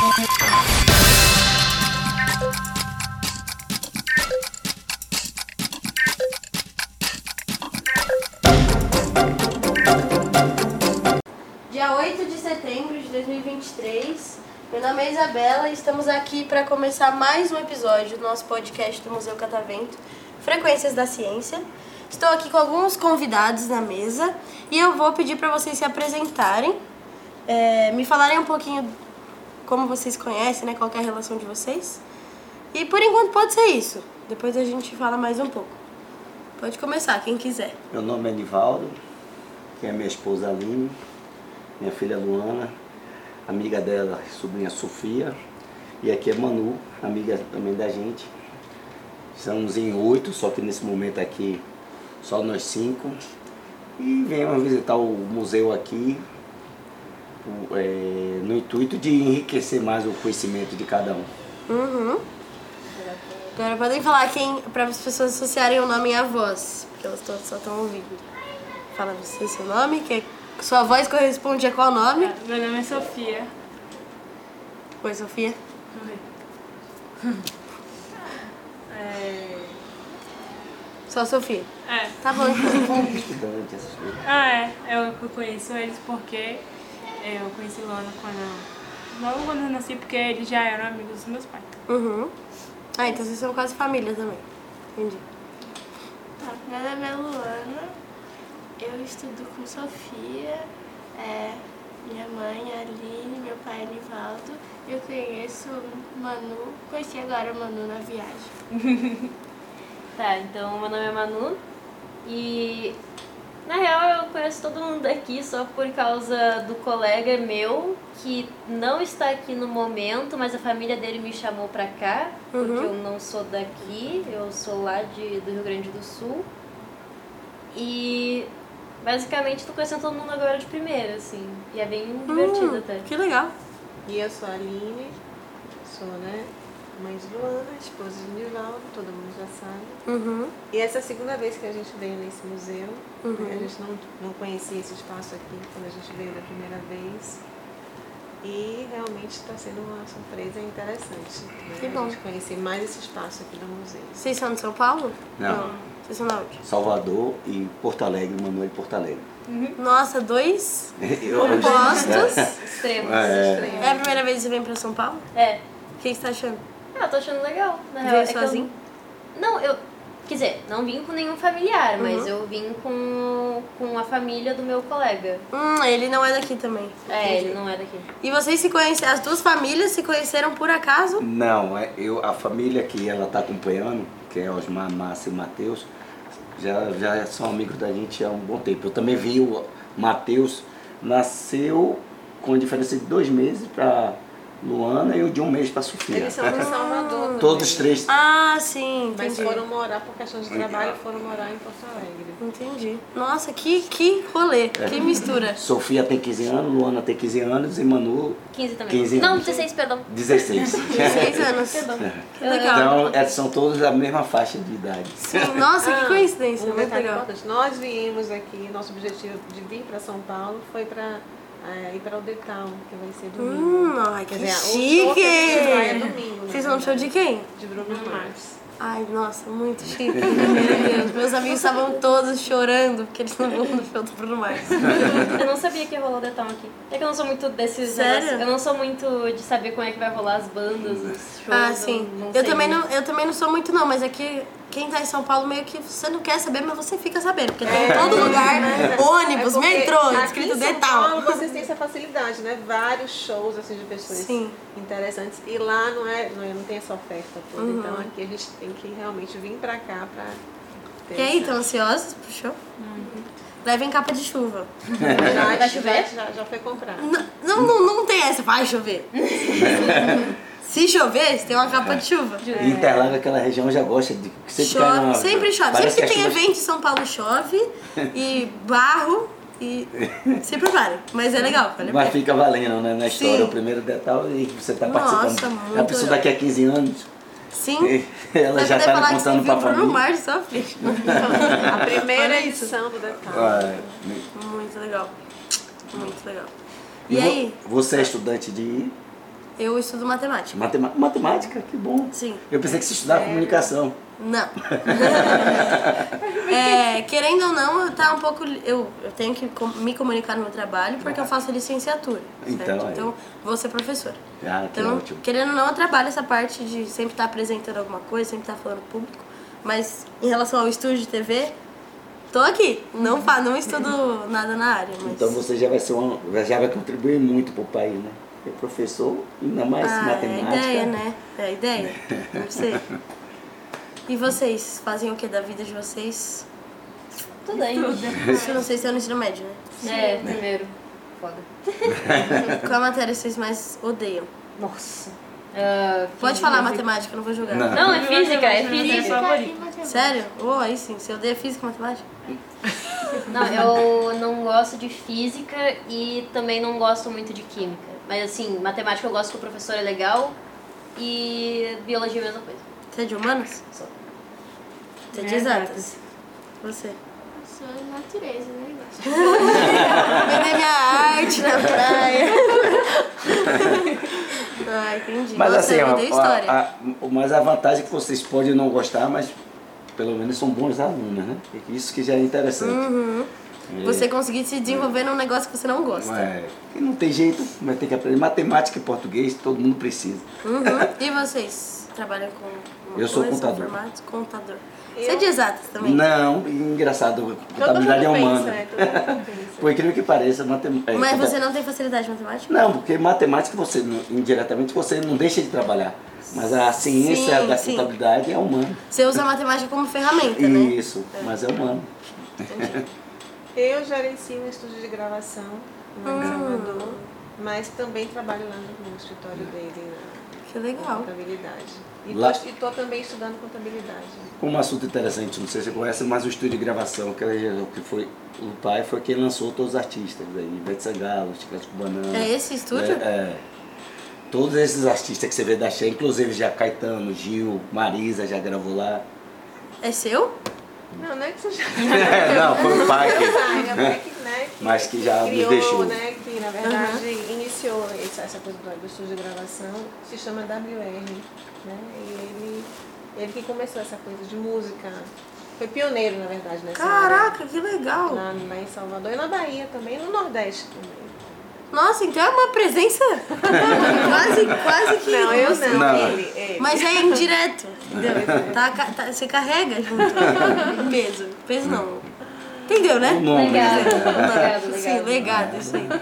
Dia 8 de setembro de 2023, meu nome é Isabela e estamos aqui para começar mais um episódio do nosso podcast do Museu Catavento, Frequências da Ciência. Estou aqui com alguns convidados na mesa e eu vou pedir para vocês se apresentarem, me falarem um pouquinho como vocês conhecem, né, qual que é a relação de vocês. E por enquanto pode ser isso, depois a gente fala mais um pouco. Pode começar, quem quiser. Meu nome é Nivaldo, que é minha esposa Aline, minha filha Luana, amiga dela, sobrinha Sofia, e aqui é Manu, amiga também da gente. Estamos em 8, só que nesse momento aqui só nós 5. E viemos visitar o museu aqui no intuito de enriquecer mais o conhecimento de cada um. Uhum. Agora podem falar para as pessoas associarem o nome à voz, porque elas só estão ouvindo. Fala você seu nome, que sua voz corresponde a qual nome? Meu nome é Sofia. Oi, Sofia. Oi. Só Sofia? É. Tá bom, então. Estudante, essas coisas. Eu conheço eles porque eu conheci Luana logo quando eu nasci, porque eles já eram amigos dos meus pais. Uhum. Ah, então vocês são quase família também. Entendi. Tá, meu nome é Luana, eu estudo com Sofia, minha mãe é Aline, meu pai é Nivaldo, eu conheço Manu, conheci agora Manu na viagem. Tá, então meu nome é Manu e na real eu conheço todo mundo daqui só por causa do colega meu que não está aqui no momento, mas a família dele me chamou pra cá, porque eu não sou daqui, eu sou lá do Rio Grande do Sul. E basicamente tô conhecendo todo mundo agora de primeira, assim, e é bem divertido até. Que legal. E eu sou a Aline, sou, mãe de Luana, esposa de Nivaldo, todo mundo já sabe. Uhum. E essa é a segunda vez que a gente veio nesse museu. A gente não conhecia esse espaço aqui quando a gente veio da primeira vez. E realmente está sendo uma surpresa interessante. Que bom. A gente conhecer mais esse espaço aqui do museu. Vocês são de São Paulo? Não. Vocês são da onde? Salvador e Porto Alegre, Manoel de Porto Alegre. Nossa, dois Eu- opostos. Extremos. É a primeira vez que você vem pra São Paulo? É. O que você tá achando? Eu tô achando legal, na real. Veio É que sozinho? Quer dizer, não vim com nenhum familiar, mas eu vim com a família do meu colega. Ele não é daqui também. Ele não é daqui. E vocês se conhecem, as duas famílias se conheceram por acaso? Não, a família que ela está acompanhando, que é Osmar, Márcia e Matheus, já são amigos da gente há um bom tempo. Eu também vi o Matheus, nasceu com diferença de 2 meses para Luana e de 1 mês para Sofia. Eles são de Salvador também. Todos 3. Ah, sim, Mas entendi. foram morar por questão de trabalho, foram morar em Porto Alegre. Entendi. Nossa, que rolê, que mistura. Sofia tem 15 anos, Luana tem 15 anos e Manu 15 também. 15 Não, anos. 16, perdão. 16. 16 anos. Que legal. Então, são todos da mesma faixa de idade. Sim, nossa, que coincidência, Um muito detalhe legal. importante. Nós viemos aqui, nosso objetivo de vir para São Paulo foi para ir para o The Town, que vai ser domingo. Ai, que Quer dizer, o show que a gente vai é chique! domingo, Vocês vão no show de quem? De Bruno Mars. Ai, nossa, muito chique. Meu Deus, meus amigos estavam todos chorando porque eles não vão no show do Bruno Mars. Eu não sabia que ia rolar o The Town aqui. É que eu não sou muito desses Sério? negócios. Eu não sou muito de saber como é que vai rolar as bandas, os shows. Ah, sim. Não Eu sei também muito. eu também não sou muito não, mas é que quem tá em São Paulo meio que você não quer saber, mas você fica sabendo. Porque tem em todo lugar, ônibus, porque metrô, aqui escrito em The São Paulo Town. vocês têm essa facilidade, né? Vários shows assim de pessoas Sim. interessantes. E lá não tem essa oferta toda. Então aqui a gente tem que realmente vir pra cá pra ter E aí, essa- estão ansiosos pro show? Levem capa de chuva. Vai chover? Já foi comprado. Não tem essa, vai chover. Se chover, você tem uma capa de chuva. E Interlagos, aquela região, já gosta de... Sempre cai Chove, na- sempre chove. parece Sempre que a tem chuva- evento em São Paulo chove e barro e se preparem. Mas é legal, vale a Mas pena. fica valendo, né? Na história, Sim. o primeiro detalhe e você tá Nossa, participando. muito A pessoa legal. daqui a 15 anos, Sim. ela Vai já poder tá falar que contando você pra viu Bruno família. Mars só frente. A primeira Olha isso. edição do The Town. Ah, Muito legal. Muito legal. E aí? Você é estudante de... Eu estudo matemática. Matemática? Que bom. Sim. Eu pensei que você estudava comunicação. Não. Querendo ou não, tá um pouco. Eu tenho que me comunicar no meu trabalho porque eu faço licenciatura. Certo? Então, vou ser professora. Ah, que então, ótimo. querendo ou não, eu trabalho essa parte de sempre estar apresentando alguma coisa, sempre estar falando público. Mas em relação ao estúdio de TV, tô aqui. Não estudo nada na área. Mas... Então você já vai contribuir muito pro país, né? É professor, ainda mais matemática. É a ideia, né? É a ideia. Não sei. E vocês? Fazem o que da vida de vocês? Tudo aí. Eu não sei se é no ensino médio, né? Primeiro. Foda. Qual a matéria vocês mais odeiam? Nossa. Pode falar matemática, eu não vou julgar. Não, é física, é física. Sério? Aí sim. Você odeia física e matemática? Não, eu não gosto de física e também não gosto muito de química. Mas assim, matemática eu gosto que o professor é legal e biologia é a mesma coisa. Você é de humanas? Sou. Você é de exatas? Você? Eu sou natureza, né? Vender minha arte na praia. Entendi. Mas Nossa, assim, me deu história. mas a vantagem é que vocês podem não gostar, mas pelo menos são bons alunos, né? Isso que já é interessante. Uhum. Você conseguir se desenvolver num negócio que você não gosta. E não tem jeito, vai ter que aprender matemática e português, todo mundo precisa. Uhum. E vocês trabalham com Eu sou contador. Contador. Você é de exatas também? Não, engraçado, contabilidade é humana. Por incrível que pareça, matemática. Mas você não tem facilidade em matemática? Não, porque matemática você, indiretamente, você não deixa de trabalhar. Mas a ciência da contabilidade é humana. Você usa a matemática como ferramenta, né? Isso, mas é humano. Eu gerencio um estúdio de gravação lá em Salvador, mas também trabalho lá no escritório dele, que legal. Contabilidade. E Lá... estou também estudando contabilidade. Um assunto interessante, não sei se você conhece, mas o estúdio de gravação, que foi o pai foi quem lançou todos os artistas, Ivete Sangalo, Chiclete com Banana. É esse estúdio? Todos esses artistas que você vê da Xé, inclusive já Caetano, Gil, Marisa já gravou lá. É seu? Não é que você já... Não, foi o pai que... mas que já criou, me deixou. Né, que na verdade iniciou essa coisa do estúdio de gravação, se chama WR, né? E ele que começou essa coisa de música, foi pioneiro na verdade nessa Caraca, área. Que legal! Lá em Salvador e na Bahia também, no Nordeste também. Nossa, então é uma presença quase que... Não, eu não. Ele. Mas é indireto, entendeu? Você carrega junto peso. Peso não. Entendeu, né? O nome, Legado. Sim, legado, isso aí.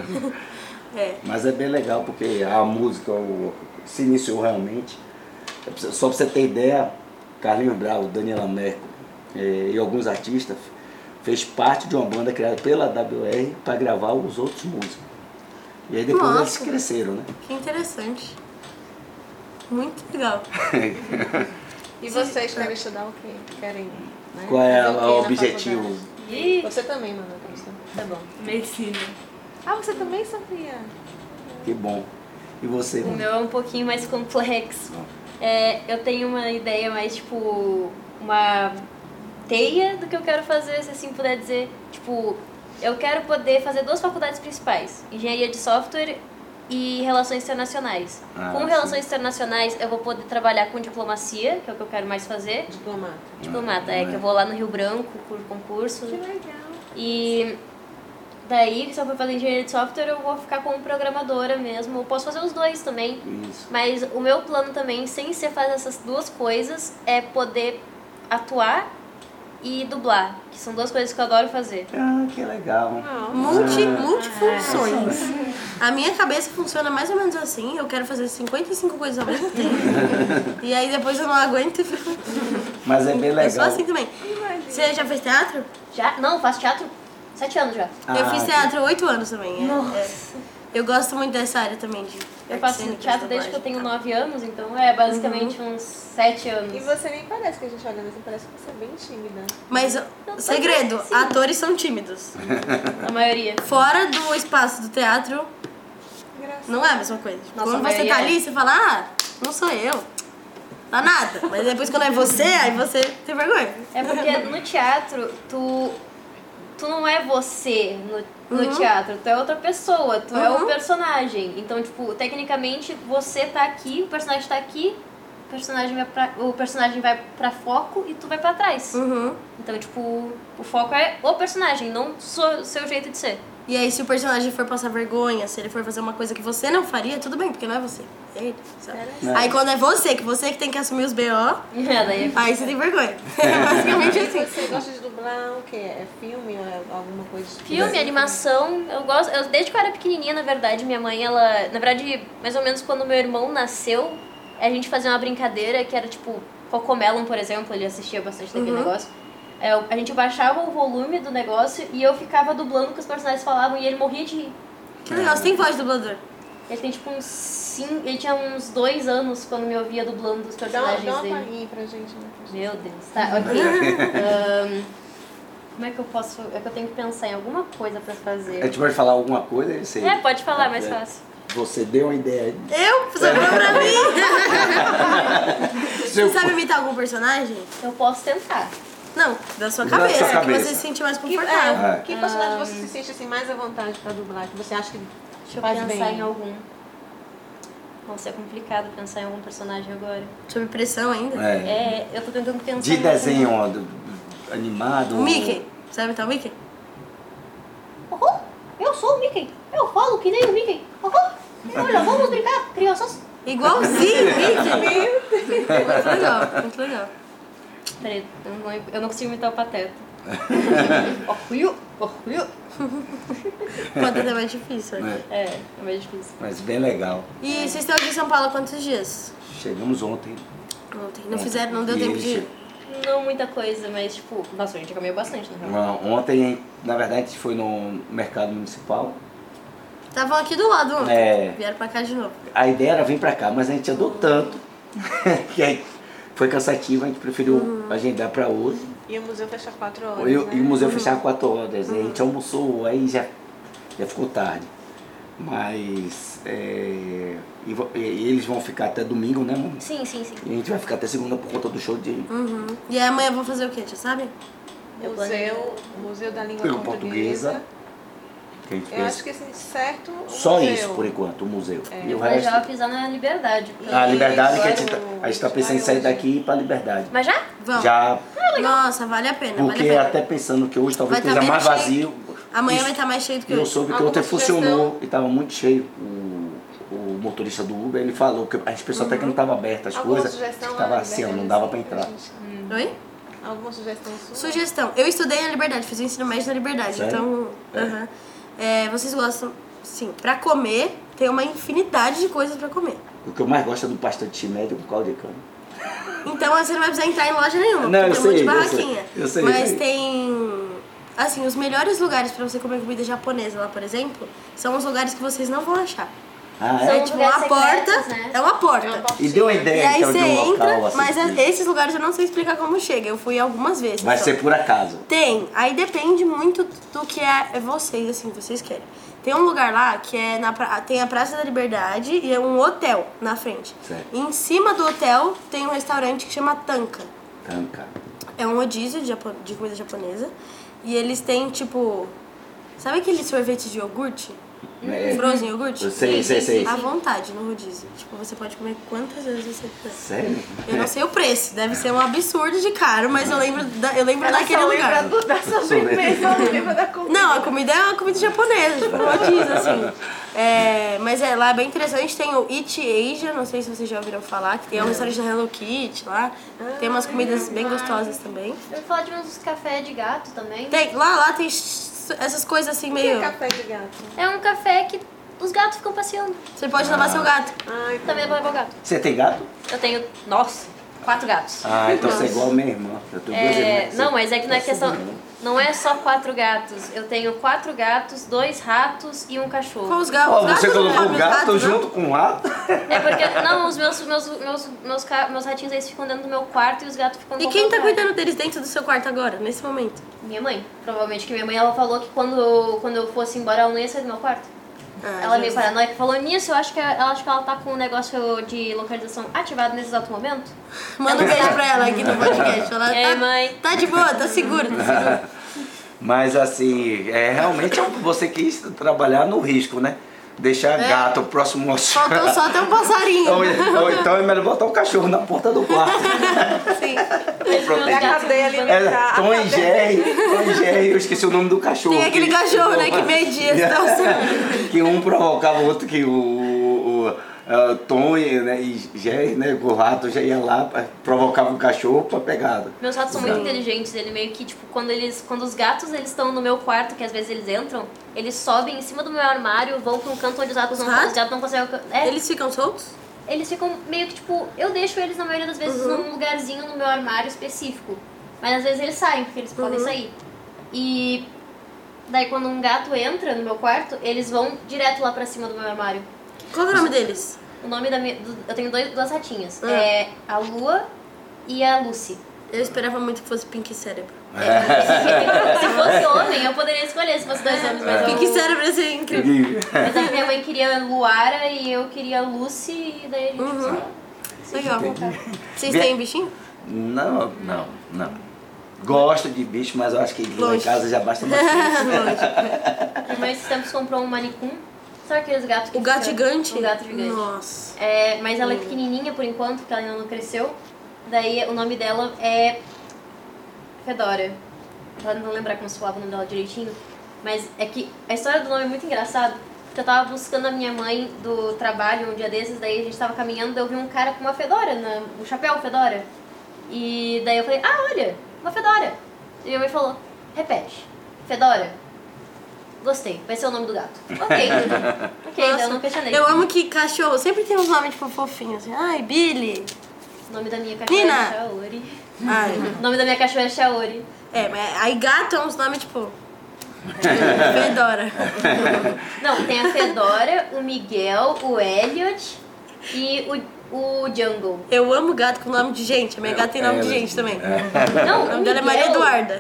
Mas é bem legal porque a música se iniciou realmente. Só pra você ter ideia, Carlinhos Brau, Daniela Mercury e alguns artistas fez parte de uma banda criada pela WR para gravar os outros músicos. E aí depois eles cresceram, né? Que interessante. Muito legal. E vocês querem estudar o quê? Querem, né? Qual é o objetivo? Você também, Manu, tá bom. Medicina. Você também, Sofia? Que bom. E você? O meu é um pouquinho mais complexo. Eu tenho uma ideia mais, tipo, uma teia do que eu quero fazer, se assim puder dizer. Tipo, eu quero poder fazer 2 faculdades principais, engenharia de software e relações internacionais. Com relações internacionais eu vou poder trabalhar com diplomacia, que é o que eu quero mais fazer. Diplomata, que eu vou lá no Rio Branco por concurso. Que legal. E daí, se eu for fazer engenharia de software, eu vou ficar como programadora mesmo. Eu posso fazer os 2 também. Isso. Mas o meu plano também, sem ser fazer essas 2 coisas, é poder atuar e dublar, que são 2 coisas que eu adoro fazer. Que legal. Multifunções. A minha cabeça funciona mais ou menos assim, eu quero fazer 55 coisas ao mesmo tempo. E aí depois eu não aguento e fico... Mas é bem legal. Eu sou assim também. Você já fez teatro? Já? Não, faço teatro 7 anos já. Eu fiz teatro 8 anos também. Nossa. Eu gosto muito dessa área também de... Eu faço teatro desde que eu tenho 9 anos, então é basicamente uns 7 anos. E você nem parece que a gente olha, mas parece que você é bem tímida. Mas, segredo, atores são tímidos. A maioria. Fora do espaço do teatro, não é a mesma coisa. Quando você tá ali, você fala, não sou eu. Tá nada. Mas depois quando é você, aí você tem vergonha. É porque no teatro, tu não é você no teatro, tu é outra pessoa, tu é o personagem. Então, tipo, tecnicamente você tá aqui, o personagem tá aqui, o personagem vai pra foco e tu vai pra trás. Então, tipo, o foco é o personagem, não o seu jeito de ser. E aí, se o personagem for passar vergonha, se ele for fazer uma coisa que você não faria, tudo bem, porque não é você. É ele, sabe? Aí quando é você que tem que assumir os BO, aí você tem vergonha. É basicamente assim. Você gosta de dublar o quê? É filme ou é alguma coisa? Filme, animação, eu gosto. Desde que eu era pequenininha, na verdade, minha mãe, ela... Na verdade, mais ou menos quando meu irmão nasceu, a gente fazia uma brincadeira que era tipo Cocomelon, por exemplo, ele assistia bastante daquele negócio. A gente baixava o volume do negócio e eu ficava dublando o que os personagens falavam e ele morria de rir. Que legal, você tem voz de dublador. Ele tem tipo ele tinha uns 2 anos quando me ouvia dublando os personagens dá uma dele. palhinha pra gente, né? Meu Deus, tá, ok. Como é que eu posso... É que eu tenho que pensar em alguma coisa pra fazer. A gente pode falar alguma coisa? Pode falar, mais fácil. Você deu uma ideia. Sobrou pra mim. Você sabe imitar algum personagem? Eu posso tentar. Não, da sua cabeça, sua cabeça. que você se sente mais confortável. Que personagem você se sente assim, mais à vontade pra dublar? Que você acha que Deixa eu faz pensar bem? em algum. Nossa, é complicado pensar em algum personagem agora. Sob pressão ainda. Eu tô tentando pensar De em desenho animado. O Mickey. Sabe imitar o Mickey? Eu sou o Mickey. Eu falo que nem o Mickey. Olha, vamos brincar, crianças. Igualzinho o Mickey. Muito legal, muito legal. Peraí, eu não consigo imitar o Pateta. Pode até mais difícil. É mais difícil. Mas bem legal. E vocês estão aqui em São Paulo há quantos dias? Chegamos ontem. Ontem. Não deu E tempo eles de ir? Não muita coisa, mas tipo... Nossa, a gente comeu bastante, na real. Ontem, na verdade, a gente foi no mercado municipal. Estavam aqui do lado ontem. Vieram pra cá de novo. A ideia era vir pra cá, mas a gente andou tanto que aí foi cansativo, a gente preferiu agendar pra hoje. E o museu fecha 4 horas, E né? o museu fechava 4 horas. E a gente almoçou, aí já ficou tarde. Mas e eles vão ficar até domingo, né, mãe? Sim. E a gente vai ficar até segunda por conta do show de E aí amanhã vão fazer o quê, já sabe? Museu da Língua Portuguesa. Que a gente Eu fez. acho que assim, certo o Só museu. isso, por enquanto, o museu. E o Mas resto... já pisar na Liberdade. A Liberdade, que Isso, a gente tá pensando em sair daqui e ir pra Liberdade. Mas já? Vão. Já, Nossa, vale a pena, porque vale a pena. até pensando que hoje talvez Vai tá esteja mais menos vazio. Amanhã Isso. vai estar mais cheio do que Eu hoje. soube que Alguma ontem sugestão? funcionou e tava muito cheio. O motorista do Uber, ele falou que as pessoas até que não estavam abertas as Alguma coisas. sugestão Tava na assim, ó, não Liberdade, dava pra assim, entrar. gente? Oi? Alguma sugestão sua? Sugestão. Eu estudei na Liberdade, fiz o ensino médio na Liberdade. Sério? Então, vocês gostam, sim, pra comer, tem uma infinidade de coisas pra comer. O que eu mais gosto é do pastel de chimé com caldo de cana. Então você não vai precisar entrar em loja nenhuma, Não, porque eu tem um monte de sei, eu barraquinha. sei, eu sei, Mas eu sei. tem... Assim, os melhores lugares pra você comer comida japonesa lá, por exemplo, são os lugares que vocês não vão achar. Ah, São é? É tipo uma lugares porta, secretos, né? é uma porta. E deu uma E ideia aí então você de um entra, local assim. mas que- esses lugares eu não sei explicar como chega. Eu fui algumas vezes. Vai só. ser por acaso. Tem, aí depende muito do que é vocês, assim, vocês querem. Tem um lugar lá que é tem a Praça da Liberdade e é um hotel na frente. Certo. E em cima do hotel tem um restaurante que chama Tanka. Tanca. É um rodízio de comida japonesa. E eles têm, tipo... Sabe aquele sorvete de iogurte? Frozen iogurte? Eu sei. À vontade no rodízio. Tipo, você pode comer quantas vezes você quiser. Sério? Eu não sei o preço, deve ser um absurdo de caro, mas eu lembro daquele lugar. Da sobremesa, não lembra da comida. Não, a comida é uma comida japonesa, tipo, rodízio, assim. Mas lá é bem interessante, tem o Eat Asia, não sei se vocês já ouviram falar, que tem um restaurante da Hello Kitty lá. Tem umas comidas bem gostosas também. Eu vou falar de uns café de gato também. Lá tem essas coisas assim O que é meio... café de gato? É um café que os gatos ficam passeando. Você pode levar seu gato. Ai, Também dá pra levar o gato. Você tem gato? Eu tenho, 4 gatos. Ah, então você é igual a minha irmã. Eu tenho duas irmãs. Não, mas é que na Tá questão... subindo. Não é só 4 gatos. Eu tenho 4 gatos, 2 ratos e um cachorro. Com os gatos. Ó, os gatos você não colocou comem o os gato gatos, não? junto com o rato? É porque, não, os meus ratinhos eles ficam dentro do meu quarto e os gatos ficam no E quem tá qualquer lugar. cuidando deles dentro do seu quarto agora, nesse momento? Minha mãe. Provavelmente que minha mãe, ela falou que quando eu fosse embora, ela não ia sair do meu quarto. Ela é meio paranoica. Falou nisso, eu acho que ela tá com um negócio de localização ativado nesse exato momento. Manda um beijo pra ela aqui no podcast. Ela Ei, mãe. tá de boa, tá segura, tá segura. Mas assim, realmente você quis trabalhar no risco, né? Deixar gato próximo ao seu. Faltou só ter um passarinho. Ou então é melhor botar um cachorro na porta do quarto. Sim. É a cadeia alimentar. Tom e Jerry, eu esqueci o nome do cachorro. Tem aquele cachorro, né, que media a situação. Que um provocava o outro, que o Tom e Jerry, né, o rato já ia lá, provocava o cachorro pra pegada. Meus ratos são muito inteligentes, ele meio que, tipo, quando os gatos eles estão no meu quarto, que às vezes eles entram, eles sobem em cima do meu armário, vão pra um canto onde os gatos não conseguem... Eles ficam soltos? Eles ficam meio que, tipo, eu deixo eles na maioria das vezes num lugarzinho no meu armário específico. Mas às vezes eles saem, porque eles podem sair. E daí quando um gato entra no meu quarto, eles vão direto lá pra cima do meu armário. Qual é o nome deles? O nome eu tenho duas ratinhas. É a Lua e a Lucy. Eu esperava muito que fosse Pink Cérebro. Se fosse homem, eu poderia escolher se fosse 2 homens, mas Pink Cérebro ia ser incrível. Mas a minha mãe queria Luara e eu queria Lucy, e daí a gente Legal. Vocês têm bichinho? Não. Gosto de bicho, mas eu acho que lá em casa já basta bastante. Minha mãe esses tempos comprou um manicum. Sabe aqueles gatos que O gato gigante? O gato gigante. Nossa. Mas ela é pequenininha por enquanto, porque ela ainda não cresceu. Daí o nome dela é Fedora. Eu não vou lembrar como se falava o nome dela direitinho. Mas é que a história do nome é muito engraçada. Porque eu tava buscando a minha mãe do trabalho um dia desses, daí a gente tava caminhando, daí eu vi um cara com uma fedora, um chapéu fedora. E daí eu falei, olha, uma fedora. E minha mãe falou, repete, Fedora. Gostei, vai ser o nome do gato. Ok, daí eu não questionei. Eu amo que cachorro sempre tem uns nomes tipo fofinhos, assim. Ai, Billy. O nome da minha cachorra Nina. é Shaori. Ai. O nome da minha cachorra é Shaori. Mas aí gato é uns nomes tipo... Fedora. Não, tem a Fedora, o Miguel, o Elliot e o Jungle. Eu amo gato com nome de gente. A minha gata tem nome de gente também. Não, O nome dela é Maria Eduarda.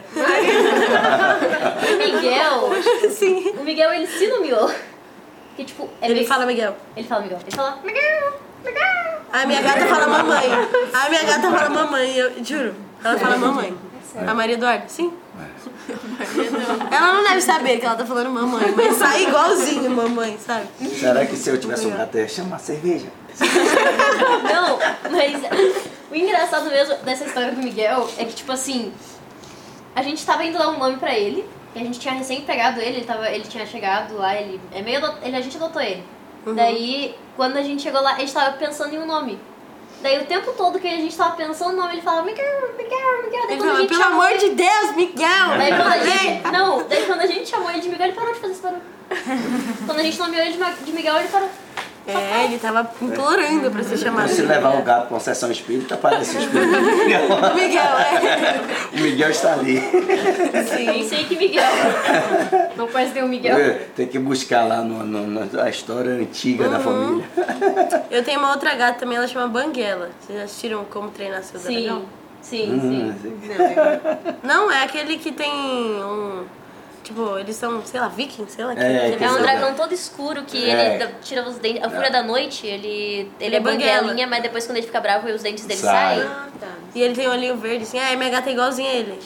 O Miguel... Sim. O Miguel, ele se nomeou. Que tipo... Ele fala Miguel. Ele fala Miguel. Ele fala Miguel. A minha gata fala mamãe. A minha gata fala mamãe, eu juro. Ela fala mamãe. A Maria Eduarda, sim. Ela não deve saber que ela tá falando mamãe, mas sai igualzinho mamãe, sabe? Será que se eu tivesse um gato, eu ia chamar cerveja? Não, mas o engraçado mesmo dessa história do Miguel é que, tipo assim, a gente tava indo dar um nome pra ele, e a gente tinha recém pegado ele tinha chegado lá, a gente adotou ele. Daí, quando a gente chegou lá, a gente tava pensando em um nome. Daí, o tempo todo que a gente tava pensando no nome, ele falava Miguel. Daí, quando a gente Pelo chamou amor de Deus, Miguel! Daí, quando a gente chamou ele de Miguel, ele parou de fazer esse barulho. Quando a gente nomeou ele de Miguel, ele parou. Ele tava implorando pra ser chamado. Se levar o gato pra uma sessão espírita, aparece o espírito. O Miguel, O Miguel está ali. Nem sei que Miguel. Não conhece nenhum Miguel. Tem que buscar lá na história antiga da família. Eu tenho uma outra gata também, ela chama Banguela. Vocês já assistiram Como Treinar Seu Dragão? Sim. Não, é aquele que tem um... Tipo, eles são, sei lá, vikings, sei lá. É um dragão todo escuro que ele tira os dentes. A fúria da noite, ele é banguelinha, mas depois quando ele fica bravo, os dentes dele saem. Tá. E ele tem um olhinho verde, assim. Minha gata é igualzinha a ele.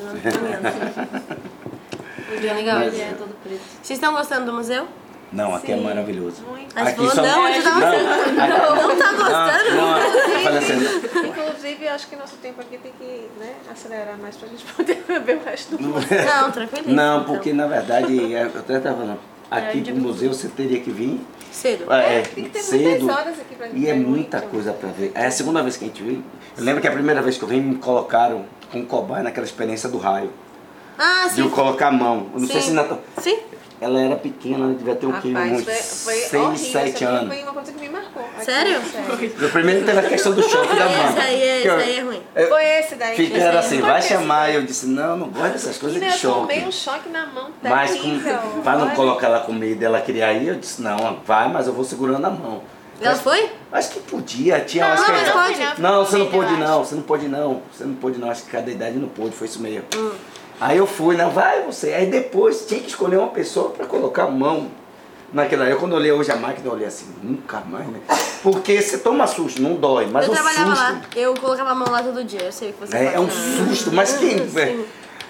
Bem legal. Ele é todo preto. Vocês estão gostando do museu? Não, aqui é maravilhoso. Aí você Aqui falou, não, eu já tava não tá gostando? Não, fala assim, Inclusive, eu acho que nosso tempo aqui tem que acelerar mais pra gente poder beber o resto do mundo. Não, tranquilo. não, porque na verdade, eu até estava falando, aqui pro museu você teria que vir Cedo. Tem que ter cedo, muitas horas aqui pra gente e é ver muita muito. coisa para ver. É a segunda vez que a gente veio. Eu lembro que a primeira vez que eu vim, me colocaram com cobaia naquela experiência do raio. Ah, De eu sim. colocar a mão. Eu não sei se ainda Sim. ela era pequena, ela devia ter o quê? Rapaz, Uns foi 6, horrível. 7 Essa anos. foi uma coisa que me marcou. Aqui, Sério? No primeiro teve a questão do choque da mão. Esse aí é ruim. Foi esse daí. Ficaram assim, Foi vai esse. chamar. Eu disse, não gosto dessas coisas Menina, de eu tomei choque. um choque na mão Mas terrível. para não Olha. colocar ela com medo dela queria ir, eu disse, não, vai, mas eu vou segurando a mão. Ela foi? Acho que podia, tinha, acho que mas pode. Não, você não Família, pôde eu não, você não pôde não, você não pôde não, acho que cada idade não pôde, foi isso mesmo. Aí eu fui, não, vai você. Aí depois tinha que escolher uma pessoa para colocar a mão naquela. Eu quando olhei hoje a máquina, eu olhei assim, nunca mais, né? Porque você toma susto, não dói, mas Eu o trabalhava susto. lá, eu colocava a mão lá todo dia, eu sei o que você É um faz. susto, mas quem.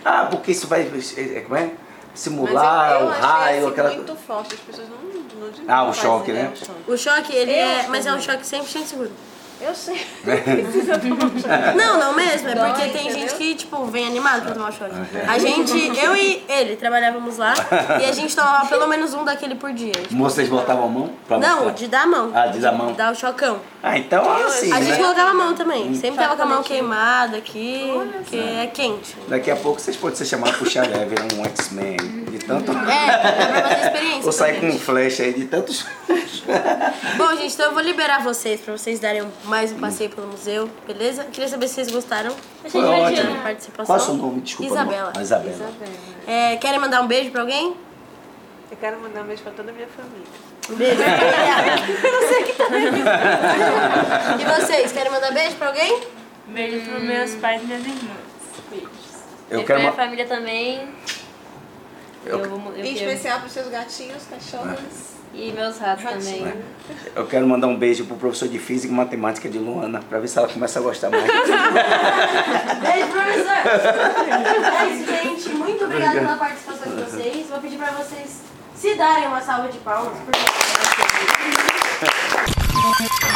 Ah, porque isso vai como é? Mas Simular eu o achei raio, assim, aquela... muito forte, as pessoas não deviam Ah, o fazer, choque, né? o choque. O choque, ele mas é um choque 100% seguro. Eu sei, precisa tomar um choque. Não mesmo, é porque Dói, tem entendeu? gente que, tipo, vem animado pra tomar o choque. A gente, eu e ele, trabalhávamos lá e a gente tomava pelo menos um daquele por dia. Vocês botavam a mão pra Não, mostrar? de dar a mão. Ah, de dar a mão. Dar o chocão. Ah, então assim, A gente né? colocava a mão também. Sempre tava com a mão coletivo. queimada aqui, porque é quente. Daqui a pouco vocês podem ser chamados pro chalé, virar um X-Men. De tanto... É, dá pra fazer experiência. Ou sair com com a um gente. flash aí de tantos... Bom, gente, então eu vou liberar vocês pra vocês darem mais um passeio pelo museu, beleza? Queria saber se vocês gostaram. Foi ótimo. Da participação. Qual é o seu nome? Desculpa. Isabela. Não. Isabela. Isabela. Querem mandar um beijo pra alguém? Eu quero mandar um beijo pra toda a minha família. Um beijo pra família. Você que tá vendo. E vocês, querem mandar beijo pra alguém? Beijo pros meus pais e minhas irmãs. Beijos. Eu E quero pra minha uma... família também. Eu Em quero- especial pros seus gatinhos, cachorros. E meus ratos também. Eu quero mandar um beijo pro professor de Física e Matemática de Luana, pra ver se ela começa a gostar mais. Beijo, professor! É isso, gente. Muito obrigada pela participação de vocês. Vou pedir pra vocês se darem uma salva de palmas. Por favor.